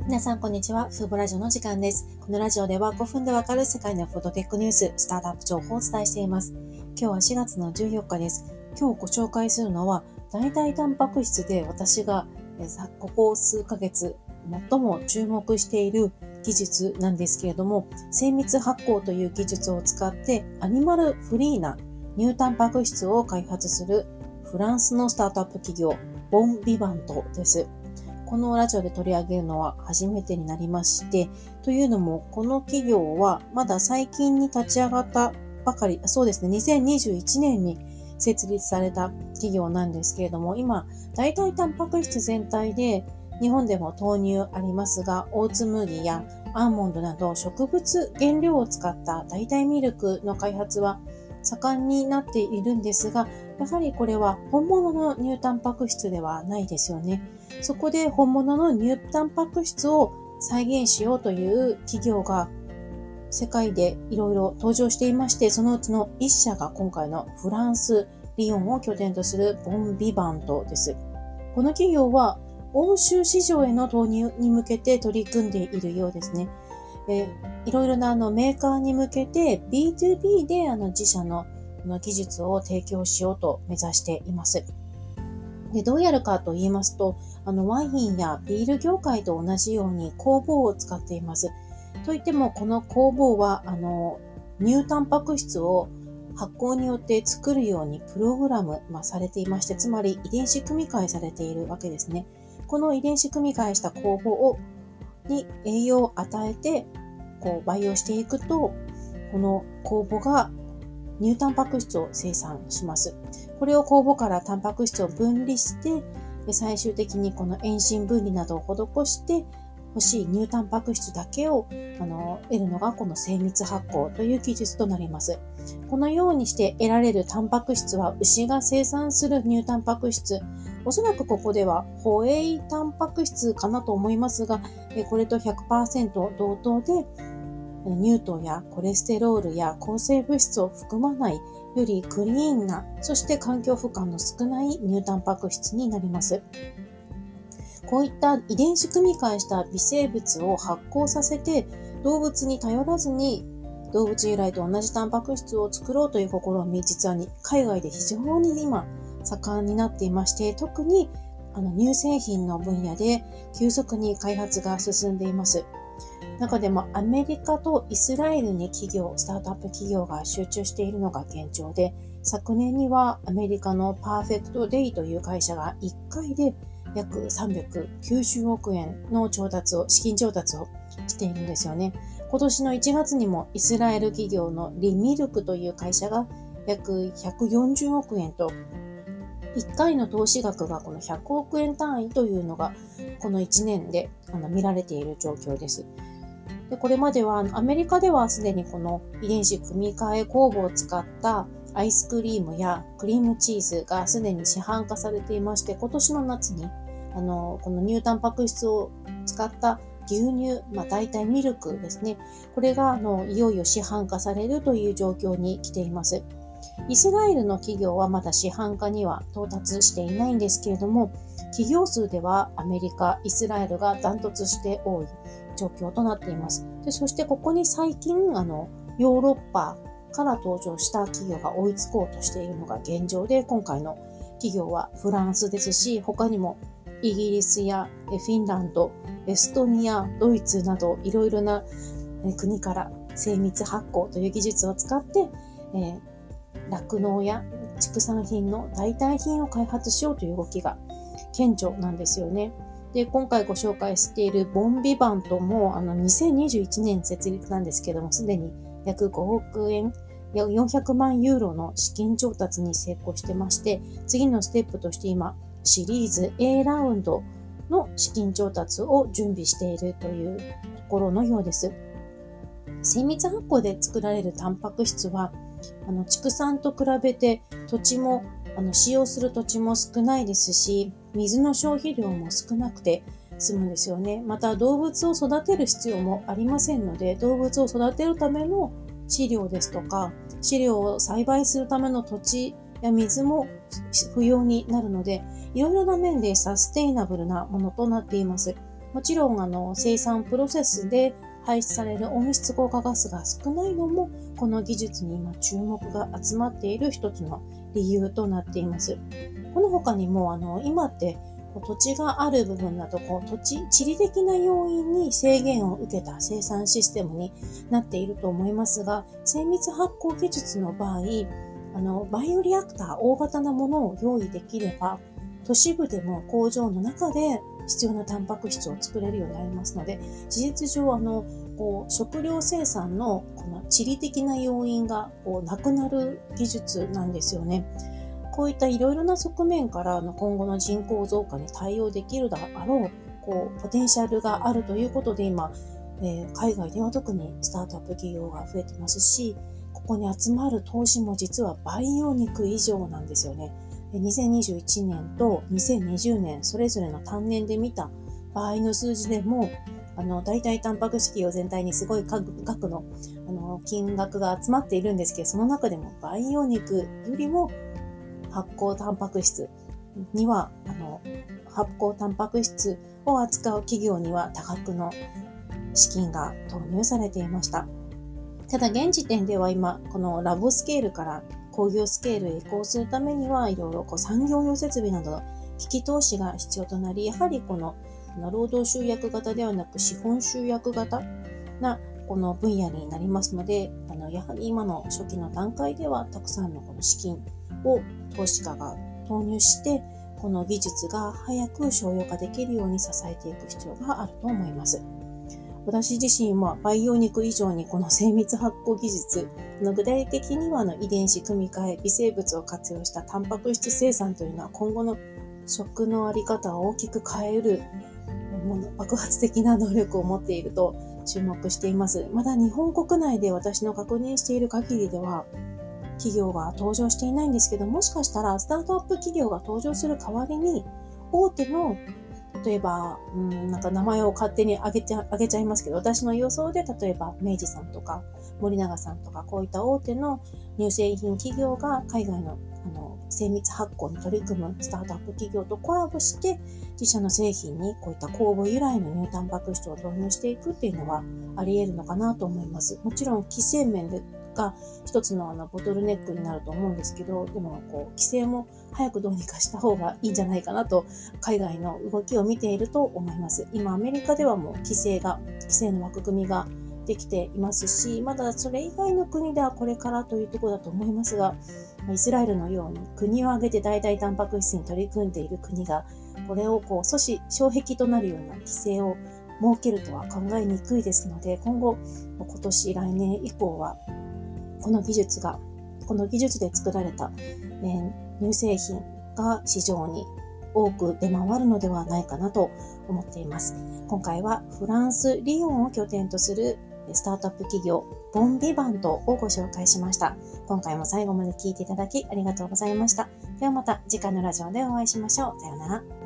皆さん、こんにちは。フーボラジオの時間です。このラジオでは5分でわかる世界のフードテックニュース、スタートアップ情報をお伝えしています。今日は4月の14日です。今日ご紹介するのは、代替タンパク質で私がここ数ヶ月最も注目している技術なんですけれども、精密発酵という技術を使ってアニマルフリーな乳タンパク質を開発するフランスのスタートアップ企業、ボンビバントです。このラジオで取り上げるのは初めてになりまして、というのもこの企業はまだ最近に立ち上がったばかり、そうですね、2021年に設立された企業なんですけれども、今、代替タンパク質全体で日本でも豆乳ありますが、オーツ麦やアーモンドなど植物原料を使った代替ミルクの開発は盛んになっているんですが、やはりこれは本物の乳タンパク質ではないですよね。そこで本物の乳タンパク質を再現しようという企業が世界でいろいろ登場していまして、そのうちの一社が今回のフランス・リヨンを拠点とするボンビバントです。この企業は欧州市場への投入に向けて取り組んでいるようですね。いろいろなメーカーに向けて B2B で自社の技術を提供しようと目指しています。で、どうやるかと言いますと、ワインやビール業界と同じように酵母を使っています。といっても、この酵母は、乳タンパク質を発酵によって作るようにプログラム、されていまして、つまり遺伝子組み換えされているわけですね。この遺伝子組み換えした酵母に栄養を与えて、培養していくと、この酵母が乳タンパク質を生産します。これを酵母からタンパク質を分離して、最終的にこの遠心分離などを施して、欲しい乳タンパク質だけを得るのがこの精密発酵という技術となります。このようにして得られるタンパク質は牛が生産する乳タンパク質。おそらくここではホエイタンパク質かなと思いますが、これと 100% 同等で、乳糖やコレステロールや抗生物質を含まないよりクリーンな、そして環境負荷の少ない乳タンパク質になります。こういった遺伝子組み換えした微生物を発酵させて動物に頼らずに動物由来と同じタンパク質を作ろうという試み、実は海外で非常に今盛んになっていまして、特に乳製品の分野で急速に開発が進んでいます。中でもアメリカとイスラエルにスタートアップ企業が集中しているのが現状で、昨年にはアメリカのパーフェクトデイという会社が1回で約390億円の資金調達をしているんですよね。今年の1月にもイスラエル企業のリミルクという会社が約140億円と、1回の投資額がこの100億円単位というのがこの1年で見られている状況です。で、これまではアメリカではすでにこの遺伝子組み換え酵母を使ったアイスクリームやクリームチーズがすでに市販化されていまして、今年の夏にこの乳タンパク質を使った牛乳、代替ミルクですね。これがいよいよ市販化されるという状況に来ています。イスラエルの企業はまだ市販化には到達していないんですけれども、企業数ではアメリカ、イスラエルがダントツして多い状況となっています。で、そしてここに最近ヨーロッパから登場した企業が追いつこうとしているのが現状で、今回の企業はフランスですし、他にもイギリスやフィンランド、エストニア、ドイツなどいろいろな国から精密発酵という技術を使って酪農や畜産品の代替品を開発しようという動きが顕著なんですよね。で、今回ご紹介しているボンビバントも2021年設立なんですけども、すでに約5億円、400万ユーロの資金調達に成功してまして、次のステップとして今、シリーズ A ラウンドの資金調達を準備しているというところのようです。精密発酵で作られるタンパク質は、畜産と比べて土地も使用する土地も少ないですし、水の消費量も少なくて済むんですよね。また動物を育てる必要もありませんので、動物を育てるための飼料ですとか、飼料を栽培するための土地や水も不要になるので、いろいろな面でサステイナブルなものとなっています。 もちろん生産プロセスで排出される温室効果ガスが少ないのも、この技術に今注目が集まっている一つの理由となっています。この他にも今って土地がある部分だと地理的な要因に制限を受けた生産システムになっていると思いますが、精密発酵技術の場合、バイオリアクター、大型なものを用意できれば、都市部でも工場の中で必要なタンパク質を作れるようになりますので、事実上食料生産のこの地理的な要因がなくなる技術なんですよね。こういったいろいろな側面から今後の人口増加に対応できるだろう、ポテンシャルがあるということで今、海外では特にスタートアップ企業が増えてますし、ここに集まる投資も実は培養肉以上なんですよね。2021年と2020年それぞれの単年で見た場合の数字でも、代替タンパク質企業全体にすごい額の、金額が集まっているんですけど、その中でも培養肉よりも発酵タンパク質には、発酵タンパク質を扱う企業には多額の資金が投入されていました。ただ現時点では今、このラボスケールから工業スケールへ移行するためには、いろいろ産業用設備などの機器投資が必要となり、やはりこの労働集約型ではなく資本集約型なこの分野になりますので、やはり今の初期の段階ではたくさんのこの資金を投資家が投入して、この技術が早く商用化できるように支えていく必要があると思います。私自身は培養肉以上にこの精密発酵技術、具体的には遺伝子組み換え、微生物を活用したタンパク質生産というのは今後の食のあり方を大きく変える爆発的な能力を持っていると注目しています。まだ日本国内で私の確認している限りでは企業が登場していないんですけど、もしかしたらスタートアップ企業が登場する代わりに大手の例えば、名前を勝手に挙げちゃいますけど、私の予想で例えば明治さんとか森永さんとかこういった大手の乳製品企業が海外の精密発酵に取り組むスタートアップ企業とコラボして自社の製品にこういった酵母由来の乳タンパク質を導入していくっていうのはあり得るのかなと思います。もちろん規制面が一つのボトルネックになると思うんですけど、でも規制も早くどうにかした方がいいんじゃないかなと海外の動きを見ていると思います。今アメリカではもう規制の枠組みができていますし、まだそれ以外の国ではこれからというところだと思いますが、イスラエルのように国を挙げて代替タンパク質に取り組んでいる国がこれを障壁となるような規制を設けるとは考えにくいですので、今年来年以降はこの技術で作られた、乳製品が市場に多く出回るのではないかなと思っています。今回はフランス・リヨンを拠点とするスタートアップ企業ボンビバントをご紹介しました。今回も最後まで聞いていただきありがとうございました。ではまた次回のラジオでお会いしましょう。さようなら。